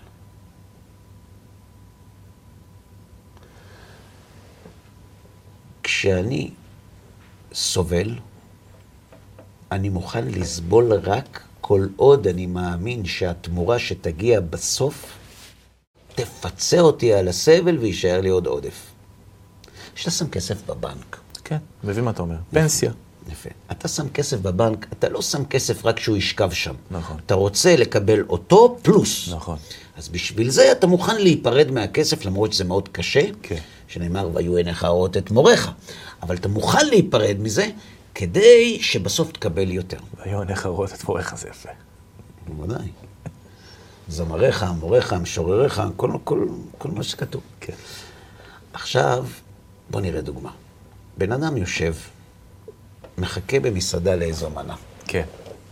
כשאני סובל, אני מוכן לסבול רק כל עוד אני מאמין שהתמורה שתגיע בסוף תפצה אותי על הסבל וישאר לי עוד עודף. שאתה שם כסף בבנק. כן, מבין מה אתה אומר. פנסיה. יפה. אתה שם כסף בבנק, אתה לא שם כסף רק שהוא ישכב שם. נכון. אתה רוצה לקבל אותו פלוס. נכון. אז בשביל זה אתה מוכן להיפרד מהכסף, למרות שזה מאוד קשה. כן. שנאמר, והיו עיניך רואות את מורך. אבל אתה מוכן להיפרד מזה, כדי שבסוף תקבל יותר. והיו עיניך רואות את מורך, זה יפה. בוודאי. זמריך, מורך, משורריך, כל, כל, כל מה שכתוב. כן. עכשיו, בוא נראה דוגמה. בן אדם יושב, מחכה במסעדה לאיזו מנה. כן.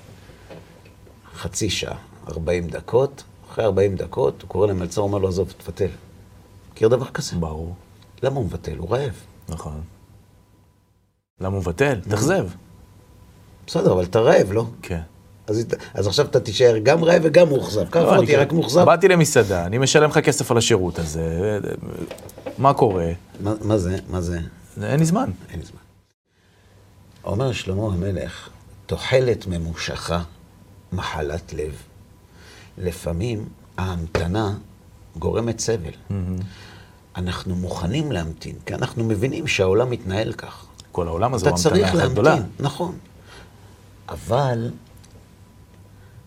חצי שעה, ארבעים דקות, אחרי ארבעים דקות, הוא קורא למלצר, אומר לו, עזוב, תבטל. מכיר דבר כזה? ברור. למה הוא מבטל? הוא רעב. נכון. למה הוא מבטל? תחזב. בסדר, אבל אתה רעב, לא? כן. אז, אז עכשיו אתה תישאר גם רעב וגם מוחזב. ככה לא, אותי, רק מוחזב. באתי למסעדה, אני משלם לך כסף על השירות הזה. מה קורה? מה, מה זה? מה זה? אין לי זמן. אין לי זמן. אומר שלמה המלך, תוחלת ממושכה, מחלת לב. לפעמים ההמתנה גורמת סבל. Mm-hmm. אנחנו מוכנים להמתין, כי אנחנו מבינים שהעולם מתנהל כך. כל העולם הזה הוא המתנה המתנה אחת גדולה. נכון. אבל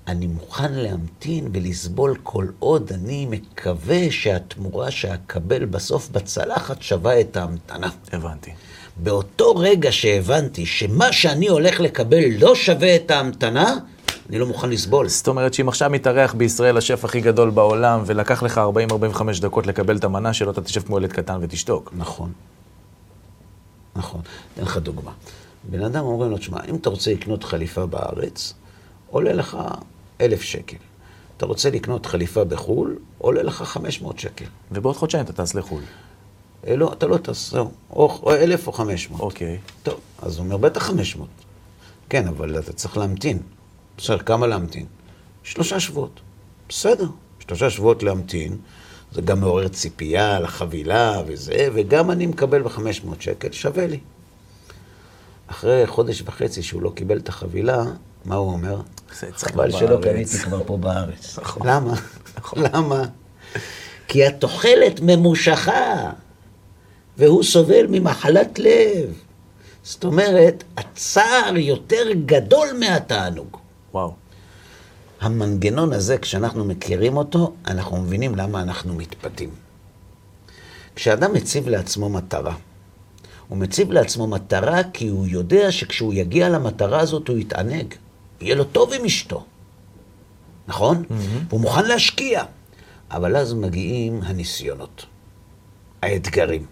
אני מוכן להמתין ולסבול כל עוד אני מקווה שהתמורה שאקבל בסוף בצלחת שווה את ההמתנה. הבנתי. באותו רגע שהבנתי שמה שאני הולך לקבל לא שווה את ההמתנה, אני לא מוכן לסבול. זאת אומרת שאם עכשיו מתארח בישראל השף הכי גדול בעולם, ולקח לך ארבעים עד ארבעים וחמש דקות לקבל את המנה שלו, אתה תשב כמו ילד קטן ותשתוק. נכון. נכון. אתן לך דוגמה. בן אדם אומרים לו, תשמע, אם אתה רוצה לקנות חליפה בארץ, עולה לך אלף שקל. אתה רוצה לקנות חליפה בחול, עולה לך חמש מאות שקל. ובעוד חודשיים אתה טס לחול. אה, לא, אתה לא טס, זהו. או, או אלף או חמש מאות. אוקיי. טוב, אז הוא אומר, בטח חמש מאות. כן, אבל אתה צריך להמתין. בסדר, כמה להמתין? שלושה שבועות. בסדר, שלושה שבועות להמתין. זה גם מעורר ציפייה לחבילה וזה, וגם אני מקבל ב-חמש מאות שקל, שווה לי. אחרי חודש וחצי שהוא לא קיבל את החבילה, מה הוא אומר? חבל שלא קניתי כבר פה בארץ. למה? למה? כי התוחלת ממושכה, והוא סובל ממחלת לב. זאת אומרת, הצער יותר גדול מהתענוג. וואו. המנגנון הזה, כשאנחנו מכירים אותו, אנחנו מבינים למה אנחנו מתפתים. כשאדם מציב לעצמו מטרה, הוא מציב לעצמו מטרה כי הוא יודע שכשהוא יגיע למטרה הזאת הוא יתענג. יהיה לו טוב עם אשתו. נכון? Mm-hmm. הוא מוכן להשקיע. אבל אז מגיעים הניסיונות, האתגרים.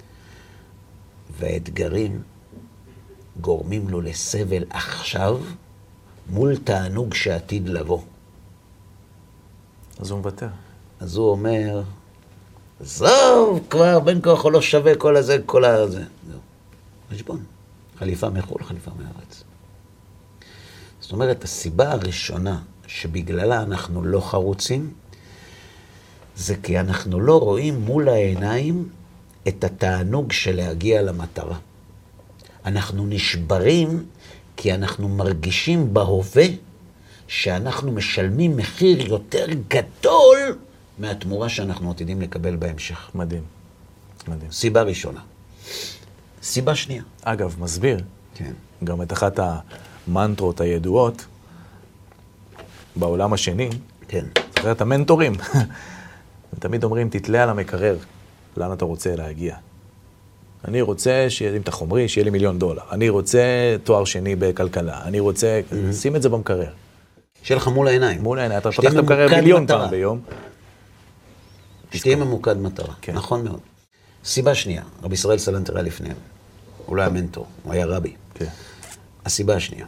והאתגרים גורמים לו לסבל עכשיו מול תענוג שעתיד לבוא. אז הוא מוותר. אז הוא אומר, זוב, כבר בין כוח לא שווה כל הזה, כל הזה. זהו. חשבון. חליפה מחול, חליפה מארץ. זאת אומרת, הסיבה הראשונה שבגללה אנחנו לא חרוצים, זה כי אנחנו לא רואים מול העיניים את התענוג של להגיע למטרה. אנחנו נשברים כי אנחנו מרגישים בהווה שאנחנו משלמים מחיר יותר גדול מהתמורה שאנחנו עתידים לקבל בהמשך. מדהים, מדהים. סיבה ראשונה. סיבה שנייה. אגב, מסביר. כן. גם את אחת המנטרות הידועות בעולם השני. כן. זוכרת המנטורים. הם תמיד אומרים, תתלה על המקרר, לאן אתה רוצה להגיע. אני רוצה, אם אתה חומרי, שיהיה לי מיליון דולר. אני רוצה תואר שני בכלכלה. אני רוצה, שים את זה במקרר. שיהיה לך מול העיניים. מול העיניים. אתה פותח את המקרר מיליון פעם ביום. שתהיה ממוקד מטרה. נכון מאוד. סיבה שנייה, רבי ישראל סלנטר היה לפניהם. הוא לא היה מנטור, הוא היה רבי. כן. הסיבה השנייה.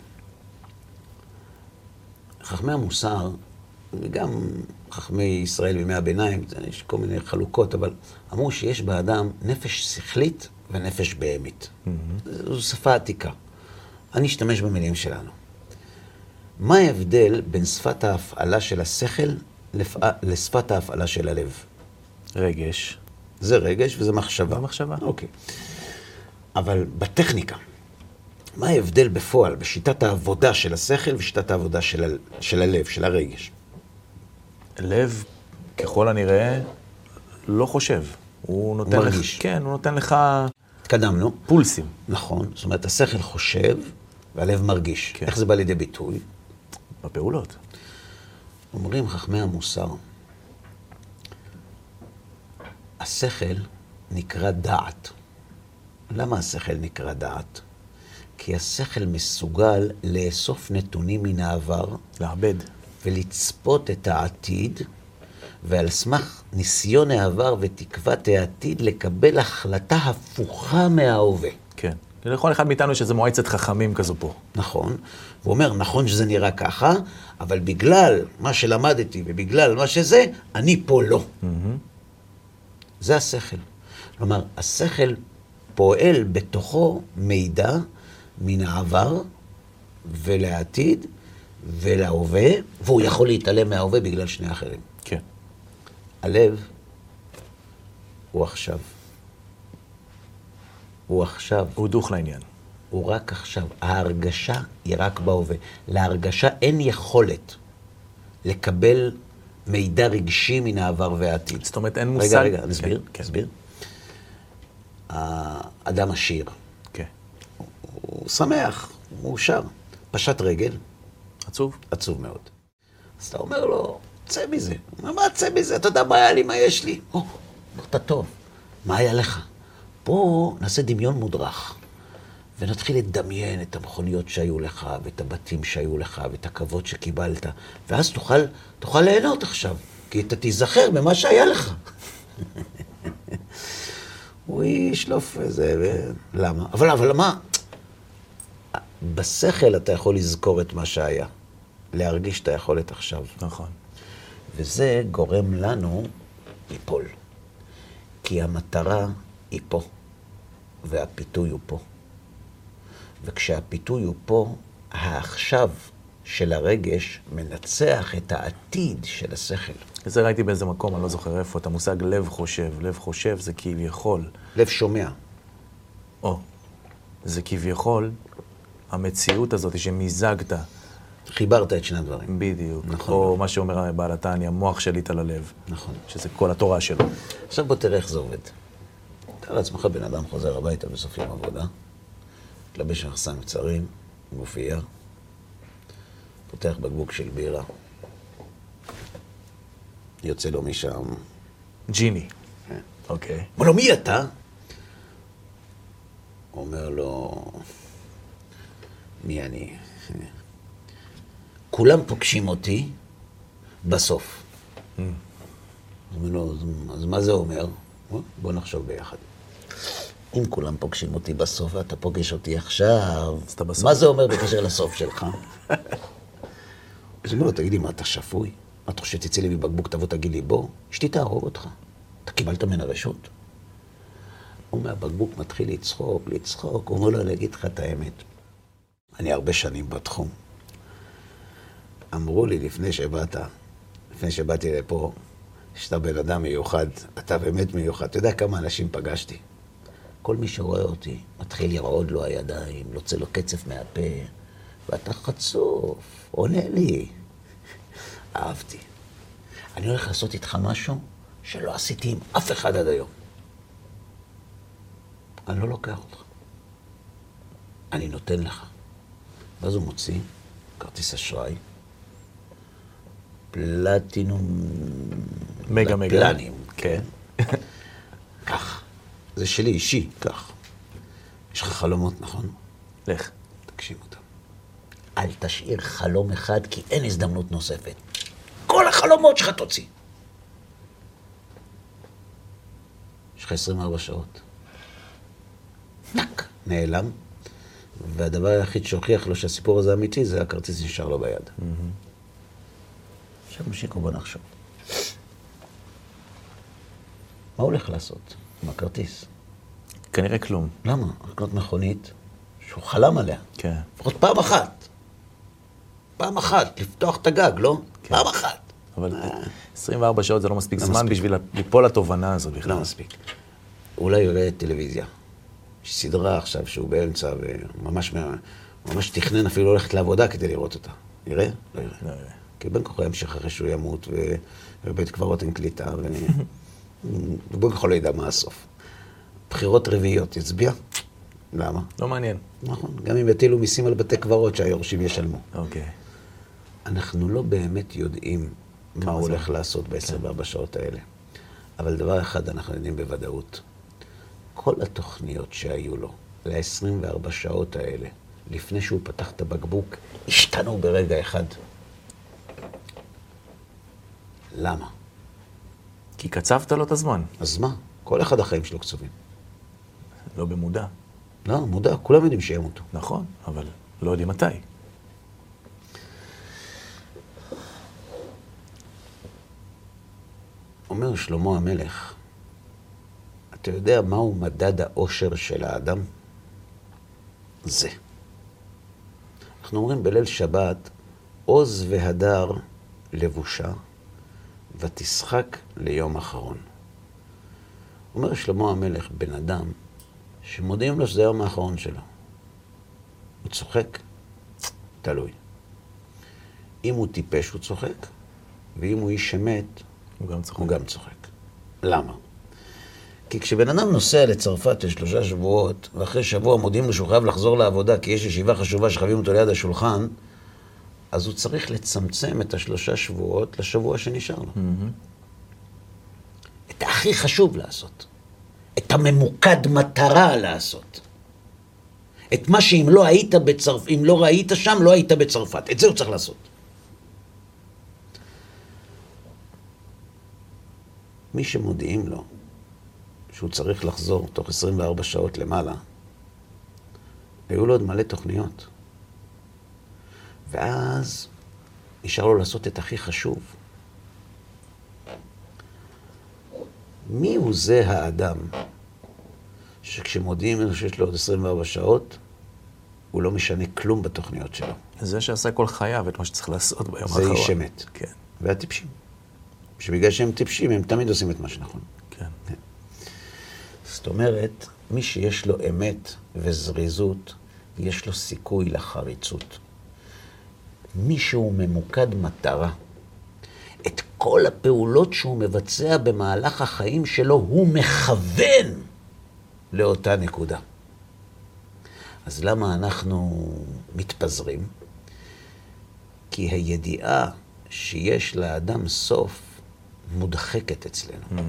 חכמי המוסר, וגם חכמי ישראל בימי הביניים, יש כל מיני חלוקות, אבל אמרו שיש באדם נפש שכלית ונפש בהמית. Mm-hmm. זו שפה עתיקה. אני אשתמש במילים שלנו. מה ההבדל בין שפת ההפעלה של השכל לשפת ההפעלה של הלב? רגש. זה רגש וזה מחשבה. זה מחשבה. אוקיי. אבל בטכניקה, מה ההבדל בפועל בשיטת העבודה של השכל ושיטת העבודה של, ה... של הלב, של הרגש? לב, ככל הנראה, לא חושב. הוא נותן הוא מרגיש. לך, כן, הוא נותן לך... התקדמנו. פולסים. נכון. זאת אומרת, השכל חושב והלב מרגיש. כן. איך זה בא לידי ביטוי? בפעולות. אומרים חכמי המוסר, השכל נקרא דעת. למה השכל נקרא דעת? כי השכל מסוגל לאסוף נתונים מן העבר, לעבד, ולצפות את העתיד, ועל סמך ניסיון העבר ותקוות העתיד לקבל החלטה הפוכה מההווה. כן. לכל אחד מאיתנו יש איזו מועצת חכמים כזו פה. נכון. הוא אומר, נכון שזה נראה ככה, אבל בגלל מה שלמדתי ובגלל מה שזה, אני פה לא. Mm-hmm. זה השכל. כלומר, השכל פועל בתוכו מידע מן העבר ולעתיד ולהווה, והוא יכול להתעלם מההווה בגלל שני אחרים. כן. הלב הוא עכשיו. הוא עכשיו. הוא דוך לעניין. הוא רק עכשיו. ההרגשה היא רק בהווה. להרגשה אין יכולת לקבל מידע רגשי מן העבר והעתיד. זאת אומרת, אין מושג... רגע, רגע, נסביר, כן, נסביר. כן. האדם עשיר. כן. הוא, הוא שמח, הוא שר. פשט רגל. עצוב. עצוב מאוד. אז אתה אומר לו, צא מזה. הוא אומר, מה צא מזה? אתה יודע מה היה לי, מה יש לי? או, אתה טוב. מה היה לך? בוא נעשה דמיון מודרך, ונתחיל לדמיין את המכוניות שהיו לך, ואת הבתים שהיו לך, ואת הכבוד שקיבלת, ואז תוכל, תוכל ליהנות עכשיו, כי אתה תיזכר במה שהיה לך. הוא ישלוף איזה, ו... למה? אבל, אבל מה? בשכל אתה יכול לזכור את מה שהיה, להרגיש את היכולת עכשיו. נכון. וזה גורם לנו ליפול. כי המטרה היא פה, והפיתוי הוא פה. וכשהפיתוי הוא פה, העכשיו של הרגש מנצח את העתיד של השכל. זה ראיתי באיזה מקום, אני לא זוכר איפה, את המושג לב חושב. לב חושב זה כביכול. לב שומע. או, זה כביכול המציאות הזאת שמיזגת. חיברת את שני הדברים. בדיוק. נכון. או מה שאומר בעל התניא, מוח שליט על הלב. נכון. שזה כל התורה שלו. עכשיו בוא תראה איך זה עובד. תראה לעצמך בן אדם חוזר הביתה בסוף יום עבודה, תלבש מכנסיים קצרים, גופייה, פותח בקבוק של בירה, יוצא לו משם... ג'יני. כן. אוקיי. אומר לו, מי אתה? אומר לו, מי אני? כולם פוגשים אותי בסוף. Mm. אומר לו, אז, אז מה זה אומר? בוא נחשוב ביחד. אם כולם פוגשים אותי בסוף ואתה פוגש אותי עכשיו, מה זה אומר בקשר לסוף שלך? אז אומר לו, תגידי, מה אתה שפוי? מה אתה חושב שתצא לי מבקבוק, תבוא תגיד לי, בוא, אשתי תערוב אותך. אתה קיבלת ממנה רשות? הוא מהבקבוק מתחיל לצחוק, לצחוק, הוא אומר לו, אני אגיד לך את האמת. אני הרבה שנים בתחום. אמרו לי לפני שבאת, לפני שבאתי לפה, שאתה בן אדם מיוחד, אתה באמת מיוחד. אתה יודע כמה אנשים פגשתי. כל מי שרואה אותי מתחיל לרעוד לו הידיים, לוצא לו קצף מהפה, ואתה חצוף, עונה לי. אהבתי. אני הולך לעשות איתך משהו שלא עשיתי עם אף אחד עד היום. אני לא לוקח אותך. אני נותן לך. ואז הוא מוציא כרטיס אשראי, פלטינום... מגה מגה. פלנים, כן. כך. זה שלי אישי, כך. יש לך חלומות, נכון? לך. תגשים אותם. אל תשאיר חלום אחד, כי אין הזדמנות נוספת. כל החלומות שלך תוציא. יש לך עשרים וארבע שעות. טק, נעלם. והדבר היחיד שהוכיח לו שהסיפור הזה אמיתי, זה הכרטיס נשאר לו ביד. עכשיו משיקו, בוא נחשוב. מה הוא הולך לעשות עם הכרטיס? כנראה כלום. למה? לקנות מכונית שהוא חלם עליה. כן. לפחות פעם אחת. פעם אחת, לפתוח את הגג, לא? כן. פעם אחת. אבל עשרים וארבע שעות זה לא מספיק לא זמן מספיק. בשביל ליפול לתובנה הזאת בכלל. לא מספיק. אולי יראה טלוויזיה. יש סדרה עכשיו שהוא באמצע, וממש ממש תכנן אפילו ללכת לעבודה כדי לראות אותה. יראה? לא יראה. לא יראה. כי בין כוחו ימשיך אחרי שהוא ימות, ובית קברות אין קליטה, ובין כוחו לא ידע מה הסוף. בחירות רביעיות, יצביע? למה? לא מעניין. נכון, גם אם יטילו מיסים על בתי קברות שהיורשים ישלמו. אוקיי. אנחנו לא באמת יודעים מה הוא הולך לעשות ב-עשרים וארבע שעות האלה. אבל דבר אחד אנחנו יודעים בוודאות. כל התוכניות שהיו לו ל-עשרים וארבע שעות האלה, לפני שהוא פתח את הבקבוק, השתנו ברגע אחד. למה? כי קצבת לו את הזמן. אז מה? כל אחד החיים שלו קצובים. לא במודע. לא, מודע, כולם יודעים שימותו. נכון, אבל לא יודעים מתי. אומר שלמה המלך, אתה יודע מהו מדד האושר של האדם? זה. אנחנו אומרים בליל שבת, עוז והדר לבושה, ותשחק ליום אחרון. אומר שלמה המלך, בן אדם, שמודיעים לו שזה היום האחרון שלו. הוא צוחק? תלוי. אם הוא טיפש הוא צוחק, ואם הוא איש שמת, הוא גם צוחק. הוא גם צוחק. למה? כי כשבן אדם נוסע לצרפת לשלושה שבועות, ואחרי שבוע מודיעים לו שהוא חייב לחזור לעבודה, כי יש ישיבה חשובה שחייבים אותו ליד השולחן, אז הוא צריך לצמצם את השלושה שבועות לשבוע שנשאר לו. Mm-hmm. את הכי חשוב לעשות. את הממוקד מטרה לעשות. את מה שאם לא היית בצרפת, אם לא ראית שם, לא היית בצרפת. את זה הוא צריך לעשות. מי שמודיעים לו שהוא צריך לחזור תוך עשרים וארבע שעות למעלה, היו לו עוד מלא תוכניות. ואז נשאר לו לעשות את הכי חשוב. מי הוא זה האדם שכשמודיעים לו שיש לו עוד עשרים וארבע שעות, הוא לא משנה כלום בתוכניות שלו? זה שעשה כל חייו את מה שצריך לעשות ביום האחרון. זה איש אמת. כן. והטיפשים. שבגלל שהם טיפשים, הם תמיד עושים את מה שנכון. כן. כן. זאת אומרת, מי שיש לו אמת וזריזות, יש לו סיכוי לחריצות. מי שהוא ממוקד מטרה, את כל הפעולות שהוא מבצע במהלך החיים שלו, הוא מכוון לאותה נקודה. אז למה אנחנו מתפזרים? כי הידיעה שיש לאדם סוף מודחקת אצלנו. Mm.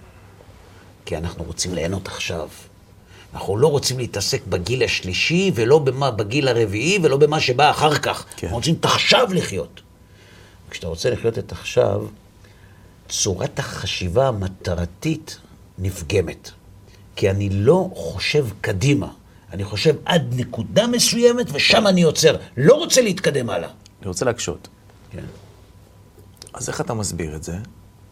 כי אנחנו רוצים ליהנות עכשיו. אנחנו לא רוצים להתעסק בגיל השלישי, ולא במה, בגיל הרביעי, ולא במה שבא אחר כך. כן. אנחנו רוצים את עכשיו לחיות. כשאתה רוצה לחיות את עכשיו, צורת החשיבה המטרתית נפגמת. כי אני לא חושב קדימה. אני חושב עד נקודה מסוימת, ושם אני יוצר. לא רוצה להתקדם הלאה. אני רוצה להקשות. כן. אז איך אתה מסביר את זה?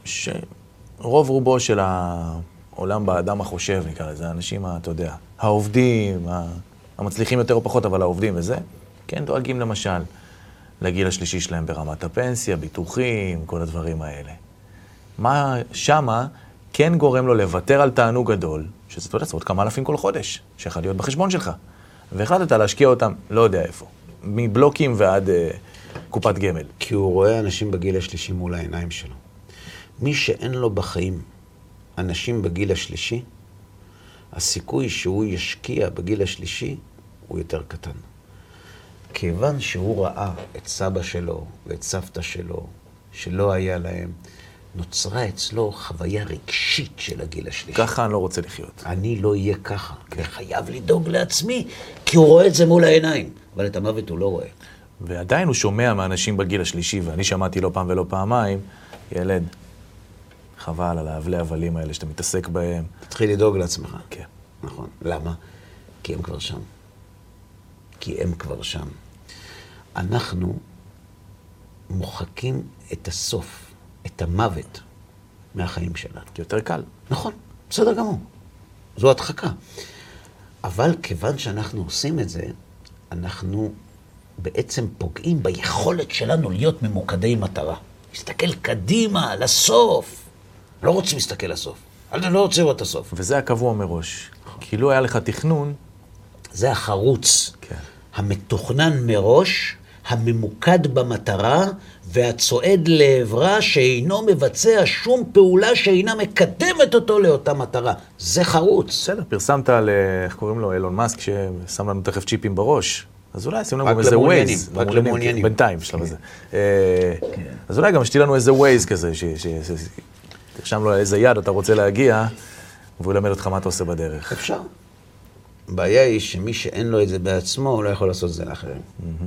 שרוב רובו של העולם באדם החושב, נקרא לזה, האנשים, אתה יודע, העובדים, המצליחים יותר או פחות, אבל העובדים וזה, כן, דואגים למשל לגיל השלישי שלהם ברמת הפנסיה, ביטוחים, כל הדברים האלה. מה שמה כן גורם לו לוותר על תענוג גדול, שזה תודה, עוד כמה אלפים כל חודש, שיכול להיות בחשבון שלך. והחלטת להשקיע אותם, לא יודע איפה, מבלוקים ועד uh, קופת גמל. כי הוא רואה אנשים בגיל השלישי מול העיניים שלו. מי שאין לו בחיים אנשים בגיל השלישי, הסיכוי שהוא ישקיע בגיל השלישי הוא יותר קטן. כיוון שהוא ראה את סבא שלו ואת סבתא שלו, שלא היה להם, נוצרה אצלו חוויה רגשית של הגיל השלישי. ככה אני לא רוצה לחיות. אני לא אהיה ככה. אני חייב לדאוג לעצמי, כי הוא רואה את זה מול העיניים. אבל את המוות הוא לא רואה. ועדיין הוא שומע מאנשים בגיל השלישי, ואני שמעתי לא פעם ולא פעמיים, ילד, חבל על ההבלי הבלים האלה שאתה מתעסק בהם. תתחיל לדאוג לעצמך. כן. נכון. למה? כי הם כבר שם. כי הם כבר שם. אנחנו מוחקים את הסוף, את המוות מהחיים שלנו. כי יותר קל. נכון, בסדר גמור. זו הדחקה. אבל כיוון שאנחנו עושים את זה, אנחנו בעצם פוגעים ביכולת שלנו להיות ממוקדי מטרה. להסתכל קדימה, לסוף. לא רוצים להסתכל לסוף. אני לא רוצה לראות את הסוף. וזה הקבוע מראש. כי לא היה לך תכנון. זה החרוץ. כן. המתוכנן מראש, הממוקד במטרה, והצועד לעברה שאינו מבצע שום פעולה שאינה מקדמת אותו לאותה מטרה. זה חרוץ. בסדר, פרסמת על, איך קוראים לו, אילון מאסק, ששם לנו תכף צ'יפים בראש. אז אולי שים לנו גם איזה ווייז. רק למעוניינים. בינתיים, בשלב הזה. אז אולי גם שתהיה לנו איזה ווייז כזה, תרשם לו איזה יד אתה רוצה להגיע, והוא ילמד אותך מה אתה עושה בדרך. אפשר. הבעיה היא שמי שאין לו את זה בעצמו, הוא לא יכול לעשות את זה לאחרים.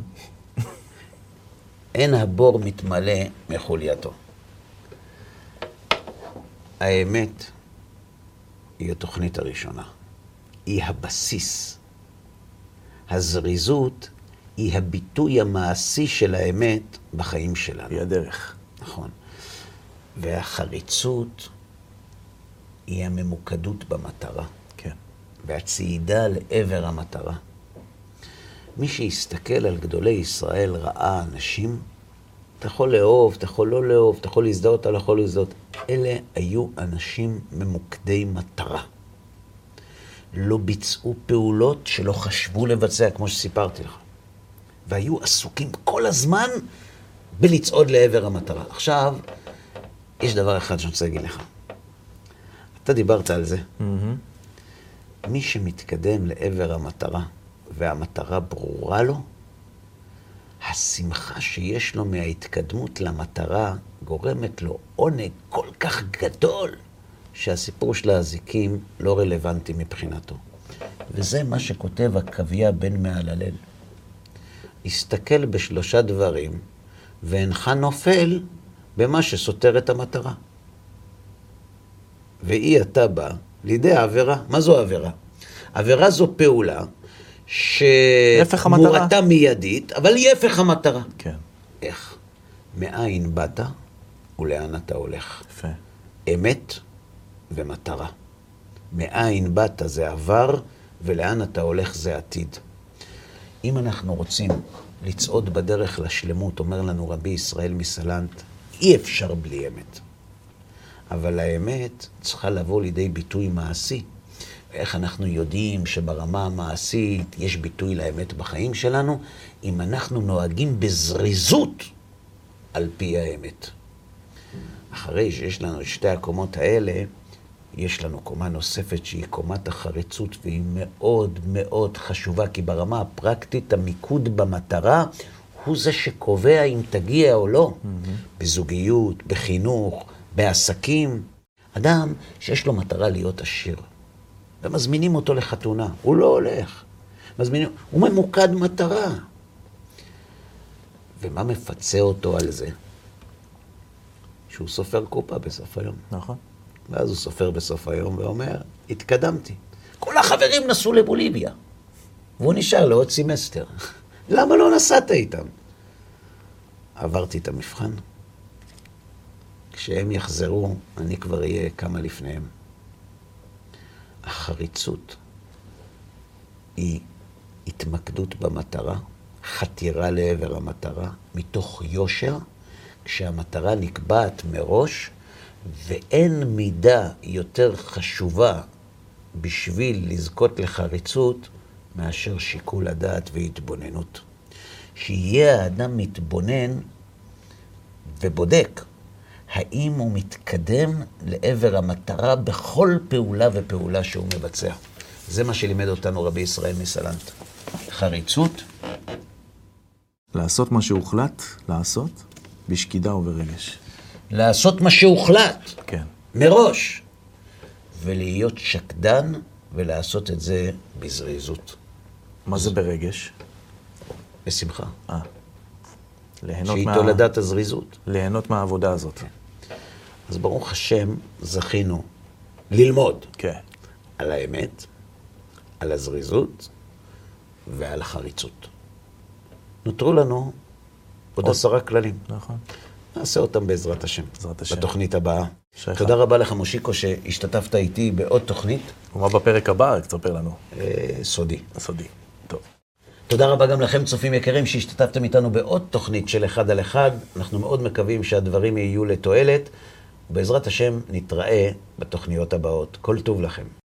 אין הבור מתמלא מחולייתו. האמת היא התוכנית הראשונה. היא הבסיס. הזריזות היא הביטוי המעשי של האמת בחיים שלנו. היא הדרך. נכון. והחריצות היא הממוקדות במטרה. כן. והצעידה לעבר המטרה. מי שיסתכל על גדולי ישראל ראה אנשים, אתה יכול לאהוב, אתה יכול לא לאהוב, אתה יכול להזדהות, אתה לא יכול להזדהות. אלה היו אנשים ממוקדי מטרה. לא ביצעו פעולות שלא חשבו לבצע, כמו שסיפרתי לך. והיו עסוקים כל הזמן בלצעוד לעבר המטרה. עכשיו, יש דבר אחד שאני רוצה להגיד לך. אתה דיברת על זה. Mm-hmm. מי שמתקדם לעבר המטרה, והמטרה ברורה לו, השמחה שיש לו מההתקדמות למטרה גורמת לו עונג כל כך גדול, שהסיפור של האזיקים לא רלוונטי מבחינתו. וזה מה שכותב עקביה בן מהללל. הסתכל בשלושה דברים, ואינך נופל במה שסותר את המטרה. ואי אתה בא לידי העבירה. מה זו העבירה? העבירה זו פעולה שמורתה מיידית, אבל היא הפך המטרה. כן. איך? מאין באת ולאן אתה הולך. יפה. אמת ומטרה. מאין באת זה עבר, ולאן אתה הולך זה עתיד. אם אנחנו רוצים לצעוד בדרך לשלמות, אומר לנו רבי ישראל מסלנט, אי אפשר בלי אמת. אבל האמת צריכה לבוא לידי ביטוי מעשי. ואיך אנחנו יודעים שברמה המעשית יש ביטוי לאמת בחיים שלנו? אם אנחנו נוהגים בזריזות על פי האמת. אחרי שיש לנו את שתי הקומות האלה, יש לנו קומה נוספת שהיא קומת החריצות, והיא מאוד מאוד חשובה, כי ברמה הפרקטית המיקוד במטרה הוא זה שקובע אם תגיע או לא. Mm-hmm. בזוגיות, בחינוך, בעסקים. אדם שיש לו מטרה להיות עשיר, ומזמינים אותו לחתונה, הוא לא הולך. מזמינים, הוא ממוקד מטרה. ומה מפצה אותו על זה? שהוא סופר קופה בסוף היום. נכון. ואז הוא סופר בסוף היום ואומר, התקדמתי. כל החברים נסעו לבוליביה, והוא נשאר לעוד סמסטר. למה לא נסעת איתם? עברתי את המבחן. כשהם יחזרו, אני כבר אהיה כמה לפניהם. החריצות היא התמקדות במטרה, חתירה לעבר המטרה, מתוך יושר, כשהמטרה נקבעת מראש, ואין מידה יותר חשובה בשביל לזכות לחריצות מאשר שיקול הדעת והתבוננות. שיהיה האדם מתבונן ובודק האם הוא מתקדם לעבר המטרה בכל פעולה ופעולה שהוא מבצע. זה מה שלימד אותנו רבי ישראל מסלנט. חריצות. לעשות מה שהוחלט, לעשות בשקידה וברגש. לעשות מה שהוחלט. כן. מראש. ולהיות שקדן ולעשות את זה בזריזות. מה זה ברגש? בשמחה. אה. ליהנות שהיא מה... תולדת הזריזות. ליהנות מהעבודה הזאת. כן. אז ברוך השם זכינו ללמוד. כן. על האמת, על הזריזות ועל החריצות. נותרו לנו עוד, עוד עשרה כללים. נכון. נעשה אותם בעזרת השם. בעזרת השם. בתוכנית הבאה. שייך. תודה רבה לך מושיקו שהשתתפת איתי בעוד תוכנית. ומה בפרק הבא? תספר לנו. אה, סודי. סודי. טוב. תודה רבה גם לכם צופים יקרים שהשתתפתם איתנו בעוד תוכנית של אחד על אחד. אנחנו מאוד מקווים שהדברים יהיו לתועלת. ובעזרת השם נתראה בתוכניות הבאות. כל טוב לכם.